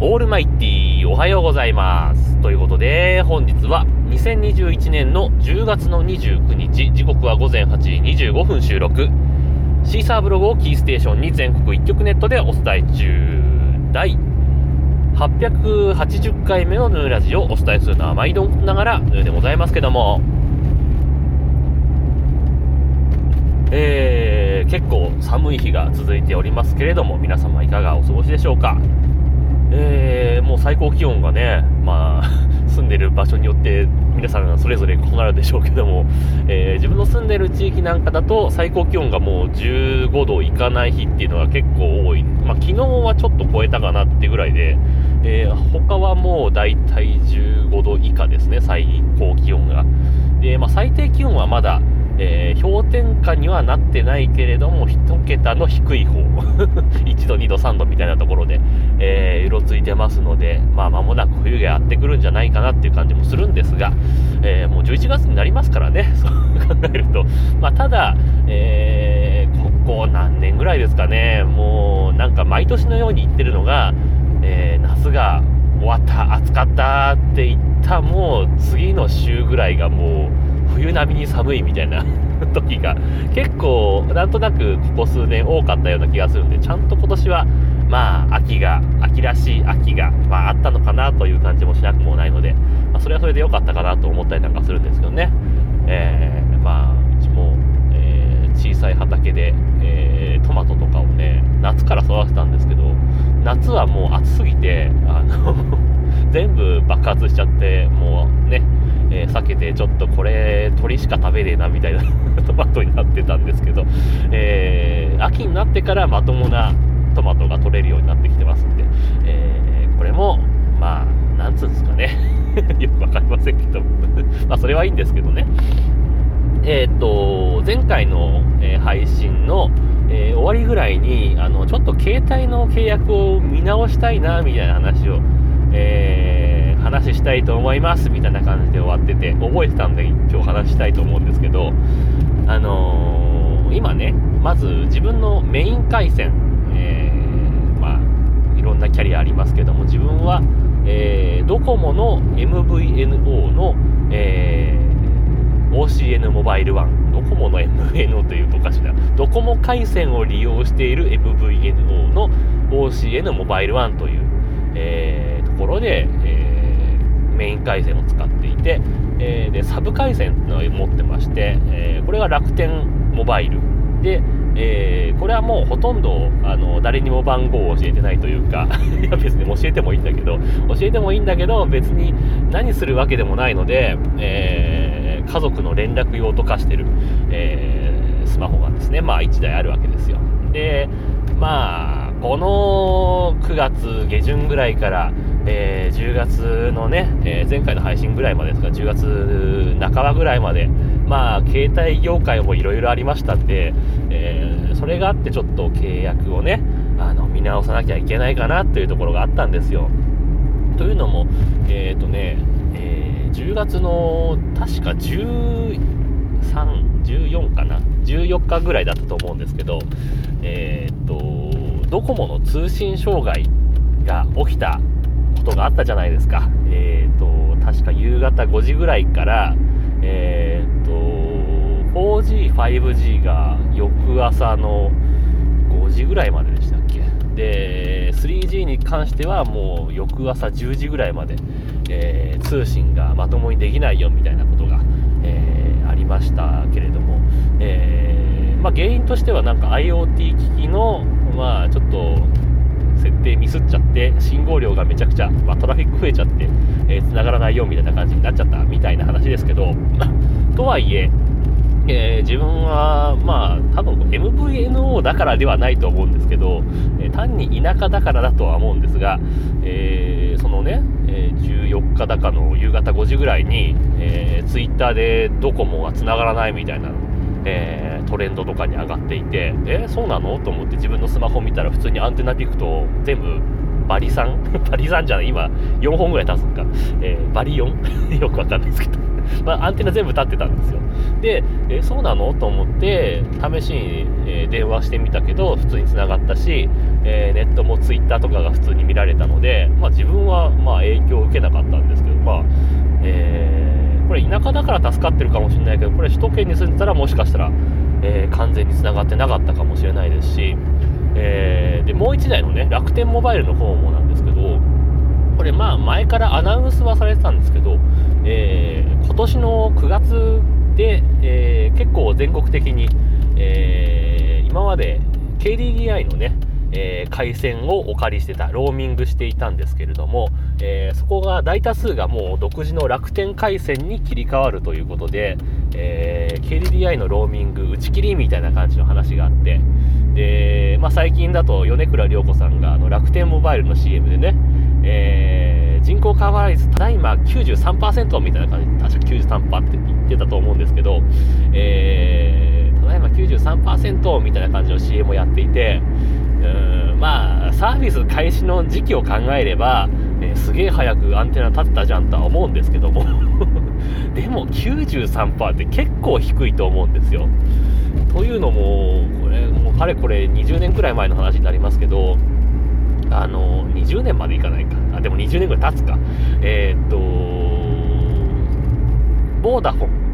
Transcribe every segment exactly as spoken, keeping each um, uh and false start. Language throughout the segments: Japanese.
オールマイティーおはようございますということで、本日はにせんにじゅういちねんのじゅうがつのにじゅうくにち、時刻はごぜんはちじにじゅうごふん収録。シーサーブログをキーステーションに全国一曲ネットでお伝え中、第はっぴゃくはちじゅっかいめのヌーラジオをお伝えするのは毎度ながらヌーでございますけども、えー、結構寒い日が続いておりますけれども、皆様いかがお過ごしでしょうか。えー、もう最高気温がね、まあ住んでる場所によって皆さんそれぞれ異なるでしょうけども、えー、自分の住んでる地域なんかだと最高気温がもうじゅうごどいかない日っていうのが結構多い。まあ昨日はちょっと超えたかなってぐらいで、えー、他はもうだいたいじゅうごど以下ですね、最高気温が。で、まあ最低気温はまだえー、氷点下にはなってないけれども一桁の低い方いちどにどさんどみたいなところで、えー、うろついてますので、まあ間もなく冬がやってくるんじゃないかなっていう感じもするんですが、えー、もうじゅういちがつになりますからね、そう考えると、まあただ、えー、ここ何年ぐらいですかね、もうなんか毎年のように言ってるのが、えー、夏が終わった、暑かったって言ったもう次の週ぐらいがもう冬並みに寒いみたいな時が結構なんとなくここ数年多かったような気がするんで、ちゃんと今年はまあ秋が秋らしい秋が、まあ、あったのかなという感じもしなくもないので、まあ、それはそれで良かったかなと思ったりなんかするんですけどね。えー、まあうちも、えー、小さい畑で、えー、トマトとかをね夏から育てたんですけど、夏はもう暑すぎてあの全部爆発しちゃって、もうねえー、避けてちょっとこれ鳥しか食べねえなみたいなトマトになってたんですけど、えー、秋になってからまともなトマトが取れるようになってきてますんで、えー、これもまあなんつうんですかねよくわかりませんけどまあそれはいいんですけどね。えー、っと前回の、えー、配信の、えー、終わりぐらいにあのちょっと携帯の契約を見直したいなみたいな話を、えー話したいと思いますみたいな感じで終わってて、覚えてたんで今日話したいと思うんですけど、あのー、今ねまず自分のメイン回線、えー、まあいろんなキャリアありますけども、自分は、えー、ドコモの エムブイエヌオー の、えー、オーシーエヌ モバイルワン、ドコモの エムブイエヌオー というとおかしいな、ドコモ回線を利用している エムブイエヌオー の オーシーエヌ モバイルワンという、えー、ところで、えーメイン回線を使っていて、えー、でサブ回線を持ってまして、えー、これが楽天モバイルで、えー、これはもうほとんどあの誰にも番号を教えてないというかいや別に教えてもいいんだけど教えてもいいんだけど別に何するわけでもないので、えー、家族の連絡用と化してる、えー、スマホがですね、まあいちだいあるわけですよ。でまあこのくがつげじゅんぐらいから、えー、じゅうがつのね、えー、前回の配信ぐらいまでですか、じゅうがつなかばぐらいまでまあ携帯業界もいろいろありましたんで、えー、それがあってちょっと契約をねあの見直さなきゃいけないかなというところがあったんですよ。というのもえっとね、えー、じゅうがつの確かじゅうさん、じゅうよんかなじゅうよっかぐらいだったと思うんですけど、えー、っとドコモの通信障害が起きたことがあったじゃないですか。えー、っと確か夕方ごじぐらいからえー、っと フォージー、ファイブジー が翌朝のごじぐらいまででしたっけ。で スリージー に関してはもう翌朝じゅうじぐらいまで、えー、通信がまともにできないよみたいなことが、えー、ありましたけれども、えーまあ、原因としてはなんか IoT 機器のまあちょっと設定ミスっちゃって信号量がめちゃくちゃ、まあ、トラフィック増えちゃって、えー、繋がらないよみたいな感じになっちゃったみたいな話ですけどとはいええー、自分はまあ多分 エムブイエヌオー だからではないと思うんですけど、えー、単に田舎だからだとは思うんですが、えー、そのね、えー、じゅうよっかだかの夕方ごじぐらいに、えー、ツイッターでドコモが繋がらないみたいな、えー、トレンドとかに上がっていて、えー、そうなのと思って自分のスマホ見たら普通にアンテナピクと全部バリさんバリさんじゃない今よんほんぐらい足すんか、えー、バリよんよくわかんないですけどまあ、アンテナ全部立ってたんですよ。で、えそうなのと思って試しに、えー、電話してみたけど普通に繋がったし、えー、ネットもツイッターとかが普通に見られたので、まあ、自分はまあ影響を受けなかったんですけど、まあえー、これ田舎だから助かってるかもしれないけど、これ首都圏に住んでたらもしかしたら、えー、完全に繋がってなかったかもしれないですし、えー、でもう一台のね楽天モバイルの方もなんですけど、これまあ前からアナウンスはされてたんですけど、えー、今年のくがつで、えー、結構全国的に、えー、今まで ケーディーディーアイ のね、えー、回線をお借りしてた、ローミングしていたんですけれども、えー、そこが大多数がもう独自の楽天回線に切り替わるということで、えー、ケーディーディーアイ のローミング打ち切りみたいな感じの話があって、で、まあ、最近だと米倉涼子さんがあの楽天モバイルの シーエム でね、えー、人口カバー率ただいま きゅうじゅうさんパーセント みたいな感じで、確か きゅうじゅうさんパーセント って言ってたと思うんですけど、えー、ただいま きゅうじゅうさんパーセント みたいな感じの シーエム をやっていて、うーん、まあサービス開始の時期を考えれば、えー、すげえ早くアンテナ立ったじゃんとは思うんですけどもでも きゅうじゅうさんパーセント って結構低いと思うんですよ。というのもこれもうかれこれにじゅうねんくらい前の話になりますけど、あのにじゅうねんまでいかないか、あでもにじゅうねんぐらい経つか、えー、っとボーダフォン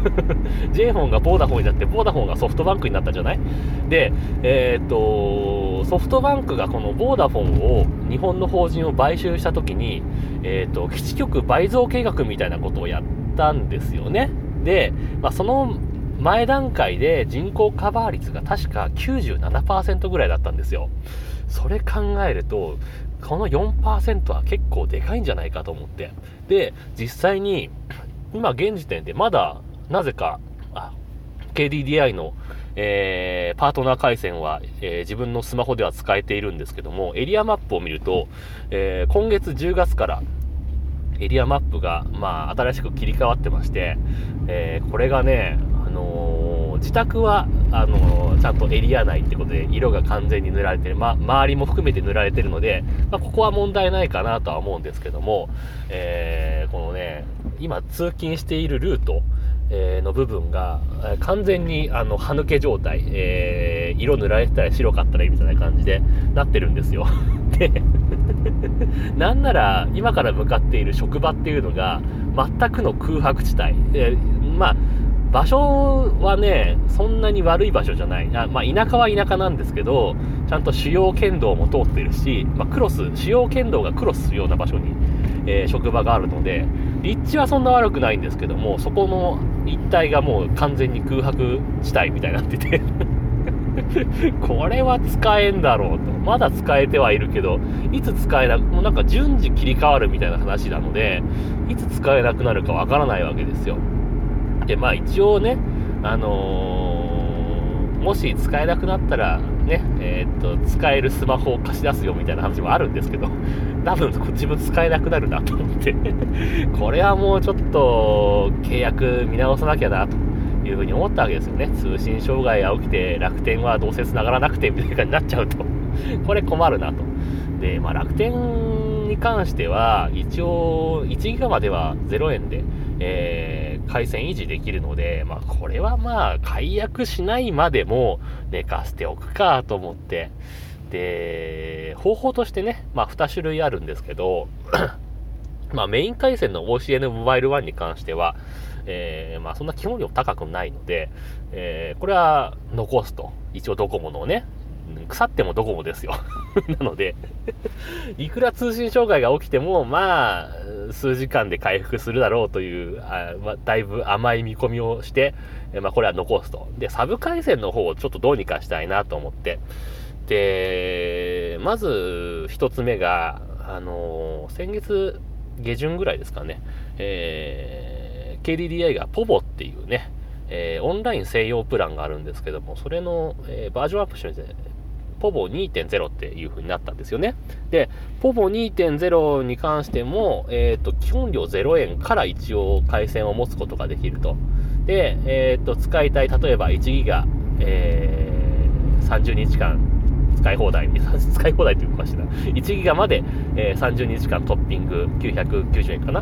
J フォンがボーダフォンになってボーダフォンがソフトバンクになったじゃない。で、えー、っとソフトバンクがこのボーダフォンを日本の法人を買収した時に、えー、っと基地局倍増計画みたいなことをやったんですよね。で、まあ、その前段階で人口カバー率が確か きゅうじゅうななパーセント ぐらいだったんですよ。それ考えるとこの よんパーセント は結構でかいんじゃないかと思って、で実際に今現時点でまだなぜかあ ケーディーディーアイ の、えー、パートナー回線は、えー、自分のスマホでは使えているんですけども、エリアマップを見ると、えー、今月じゅうがつからエリアマップが、まあ、新しく切り替わってまして、えー、これがね、あのー、自宅はあのー、ちゃんとエリア内ってことで色が完全に塗られてる、ま、周りも含めて塗られてるので、まあ、ここは問題ないかなとは思うんですけども、えー、このね今通勤しているルートえー、の部分が完全にあの歯抜け状態、えー、色塗られてたら白かったらいいみたいな感じでなってるんですよでなんなら今から向かっている職場っていうのが全くの空白地帯、えー、まあ場所はねそんなに悪い場所じゃない、あ、まあ、田舎は田舎なんですけどちゃんと主要県道も通ってるし、まあ、クロス主要県道がクロスするような場所に、えー、職場があるので立地はそんな悪くないんですけども、そこの一帯がもう完全に空白地帯みたいになっててこれは使えんだろうと、まだ使えてはいるけどいつ使えなく、もうなんか順次切り替わるみたいな話なのでいつ使えなくなるかわからないわけですよ。でまあ一応ね、あのー、もし使えなくなったらね、えー、っと使えるスマホを貸し出すよみたいな話もあるんですけど、多分自分使えなくなるなと思ってこれはもうちょっと契約見直さなきゃなというふうに思ったわけですよね。通信障害が起きて楽天はどうせ繋がらなくてみたいな感じになっちゃうとこれ困るなと。で、まあ、楽天に関しては一応いちギガまではゼロえんで、えー、回線維持できるので、まあ、これはまあ解約しないまでも寝かせておくかと思って、で方法としてね、まあ、に種類あるんですけどまあメイン回線の オーシーエヌ モバイルワンに関しては、えー、まあそんな基本料高くないので、えー、これは残すと。一応ドコモのね、腐ってもドコモですよなのでいくら通信障害が起きてもまあ数時間で回復するだろうという、あ、まあ、だいぶ甘い見込みをして、えー、まあこれは残すと。でサブ回線の方をちょっとどうにかしたいなと思って、でまず一つ目があのー、先月下旬ぐらいですかね、えー、ケーディーディーアイ がポボっていうね、えー、オンライン専用プランがあるんですけども、それの、えー、バージョンアップして、ポボ にてんゼロ っていう風になったんですよね。で、ポボ にてんゼロ に関しても、えっと、基本料ゼロえんから一応回線を持つことができると。で、えっと、使いたい、例えばいちギガ、えー、さんじゅうにちかん、使い放題に使い放題というかしらいちギガまで、えー、さんじゅうにちかんトッピングきゅうひゃくきゅうじゅうえんかな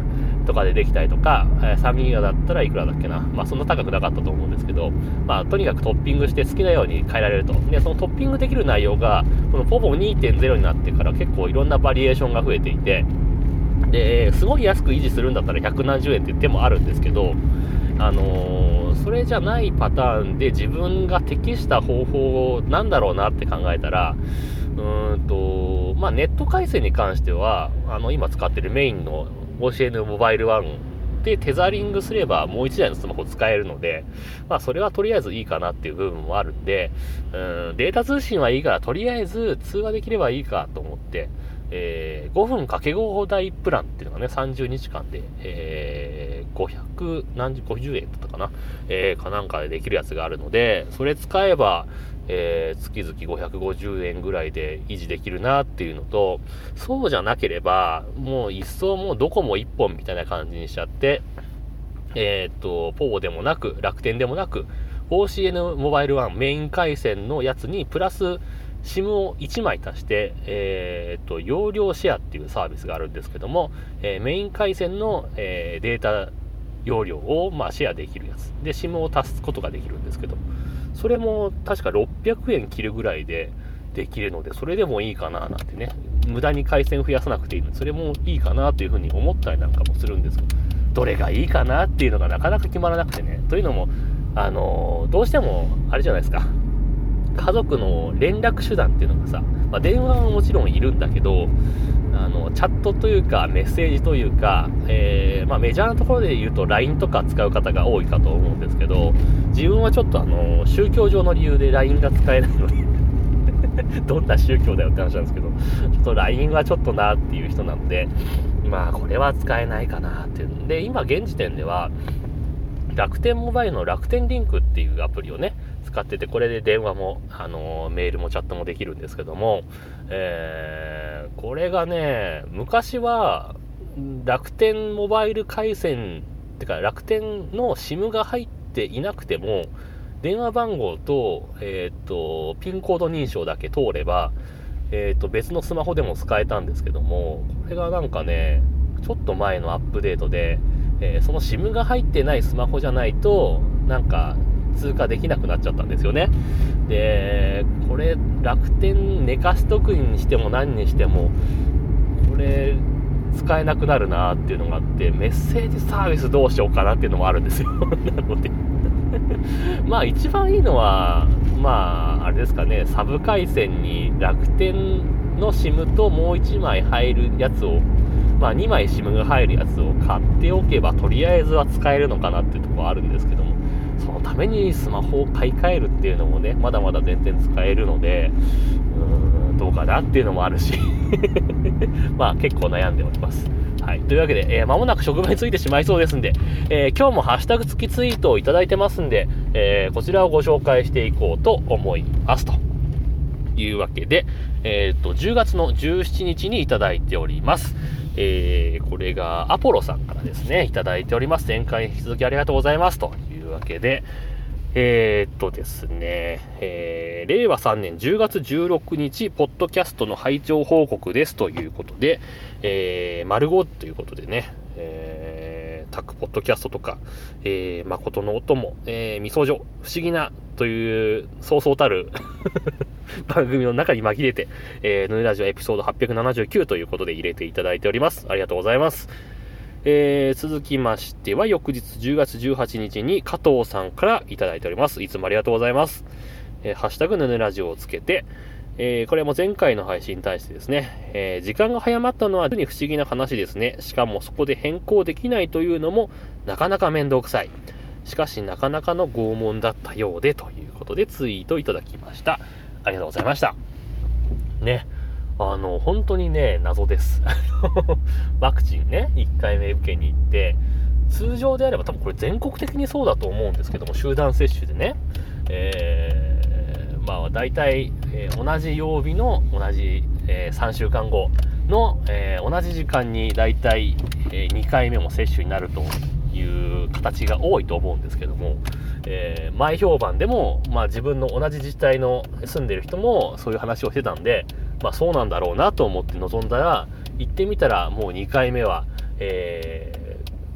とかでできたりとか、えー、さんギガだったらいくらだっけな、まあそんな高くなかったと思うんですけど、まあとにかくトッピングして好きなように変えられると。でそのトッピングできる内容がこのポボ にてんゼロ になってから結構いろんなバリエーションが増えていて、ですごい安く維持するんだったら百何十円って手もあるんですけど、あのー、それじゃないパターンで自分が適した方法なんだろうなって考えたら、うーんとまあネット回線に関してはあの今使ってるメインの オーシーエヌ モバイルワンでテザリングすればもう一台のスマホ使えるので、まあそれはとりあえずいいかなっていう部分もあるんで、うーんデータ通信はいいからとりあえず通話できればいいかと思って、えー、ごふんかけご台プランっていうのがねさんじゅうにちかんで、えー、ごひゃく何十ごじゅうえんだったかな、えー、かなんかでできるやつがあるので、それ使えばえー、月々ごひゃくごじゅうえんぐらいで維持できるなっていうのと、そうじゃなければもう一層もうどこも一本みたいな感じにしちゃって、えー、っとポボでもなく楽天でもなく オーシーエヌ モバイルワンメイン回線のやつにプラス SIM をいちまい足して、えー、っと容量シェアっていうサービスがあるんですけども、えー、メイン回線の、えー、データ容量を、まあ、シェアできるやつで SIM を足すことができるんですけど、それも確かろっぴゃくえん切るぐらいでできるので、それでもいいかななんてね、無駄に回線増やさなくていいのでそれもいいかなというふうに思ったりなんかもするんですけど、どれがいいかなっていうのがなかなか決まらなくてね。というのもあのー、どうしてもあれじゃないですか、家族の連絡手段っていうのがさ、まあ、電話はもちろんいるんだけど、あのチャットというかメッセージというか、えーまあ、メジャーなところで言うと ライン とか使う方が多いかと思うんですけど、自分はちょっとあの宗教上の理由で ライン が使えないのでどんな宗教だよって話なんですけど、ちょっと ライン はちょっとなっていう人なので、まあこれは使えないかなっていうので、今現時点では楽天モバイルの楽天リンクっていうアプリをね使ってて、これで電話も、あのー、メールもチャットもできるんですけども、えー、これがね昔は楽天モバイル回線ってか楽天の SIM が入っていなくても電話番号と、えー、とピンコード認証だけ通れば、えー、と別のスマホでも使えたんですけども、これがなんかねちょっと前のアップデートで、えー、その SIM が入ってないスマホじゃないとなんか通過できなくなっちゃったんですよね。でこれ楽天寝かしとくにしても何にしてもこれ使えなくなるなっていうのがあって、メッセージサービスどうしようかなっていうのもあるんですよなのでまあ一番いいのはまああれですかね、サブ回線に楽天の SIM ともういちまい入るやつを、まあにまい SIM が入るやつを買っておけばとりあえずは使えるのかなっていうところはあるんですけども、そのためにスマホを買い替えるっていうのもねまだまだ全然使えるので、うーんどうかなっていうのもあるしまあ結構悩んでおります。はい、というわけで、えー、間もなく職場についてしまいそうですんで、えー、今日もハッシュタグ付きツイートをいただいてますんで、えー、こちらをご紹介していこうと思いますというわけで、えー、とじゅうがつのじゅうしちにちにいただいております。えー、これがアポロさんからですねいただいております。前回に引き続きありがとうございますというわけで、えー、っとですね、えー、れいわさんねんじゅうがつじゅうろくにちポッドキャストの拝聴報告ですということで、えー、丸ごということでね、えー、タックポッドキャストとか、えー、誠のお供、えー、みそじょ不思議なというそうそうたる番組の中に紛れて、えー、ヌーラジオエピソードはっぴゃくななじゅうきゅうということで入れていただいております。ありがとうございます。えー、続きましては翌日じゅうがつじゅうはちにちに加藤さんからいただいております。いつもありがとうございます。えー、ハッシュタグヌヌラジオをつけて、えー、これも前回の配信に対してですね、えー、時間が早まったのは不思議な話ですね。しかもそこで変更できないというのもなかなか面倒くさい。しかしなかなかの拷問だったようでということでツイートいただきました。ありがとうございました。ね。あの本当にね謎です。ワクチンねいっかいめ受けに行って、通常であれば多分これ全国的にそうだと思うんですけども、集団接種でね、えー、まあ大体、えー、同じ曜日の同じ、えー、さんしゅうかんごの、えー、同じ時間に大体、えー、にかいめも接種になるという形が多いと思うんですけども、えー、前評判でも、まあ、自分の同じ自治体の住んでる人もそういう話をしてたんで、まあ、そうなんだろうなと思って臨んだら、行ってみたらもうにかいめは、え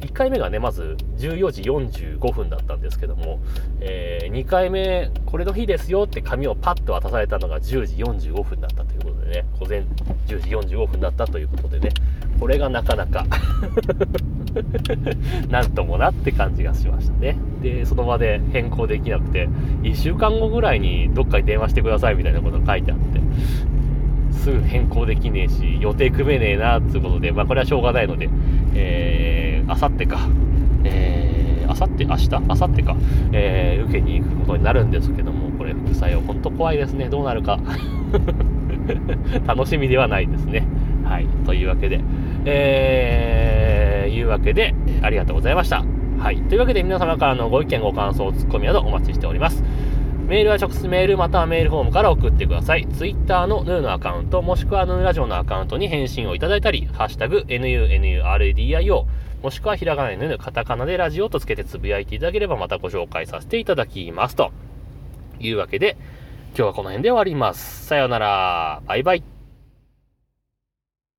いっかいめがねまずじゅうよじよんじゅうごふんだったんですけども、えー、にかいめこれの日ですよって紙をパッと渡されたのがじゅうじよんじゅうごふんだったということでね、午前じゅうじよんじゅうごふんだったということでね、これがなかなかなんともなって感じがしましたね。でその場で変更できなくて、いっしゅうかんごぐらいにどっかに電話してくださいみたいなことが書いてあって、すぐ変更できねえし予定組めねえなっていうことで、まあこれはしょうがないので、えー、あさってか、えー、あさって明日あさってか、えー、受けに行くことになるんですけども、これ副作用本当怖いですね。どうなるか楽しみではないですね。はい、というわけで、えー、いうわけでありがとうございました。はい、というわけで皆様からのご意見ご感想ツッコミなどお待ちしております。メールは直接メールまたはメールフォームから送ってください。ツイッターのヌーのアカウントもしくはヌーラジオのアカウントに返信をいただいたり、ハッシュタグ エヌユーエヌユーアールエーディーアイオー もしくはひらがなでヌーカタカナでラジオとつけてつぶやいていただければまたご紹介させていただきますというわけで、今日はこの辺で終わります。さようなら、バイバイ。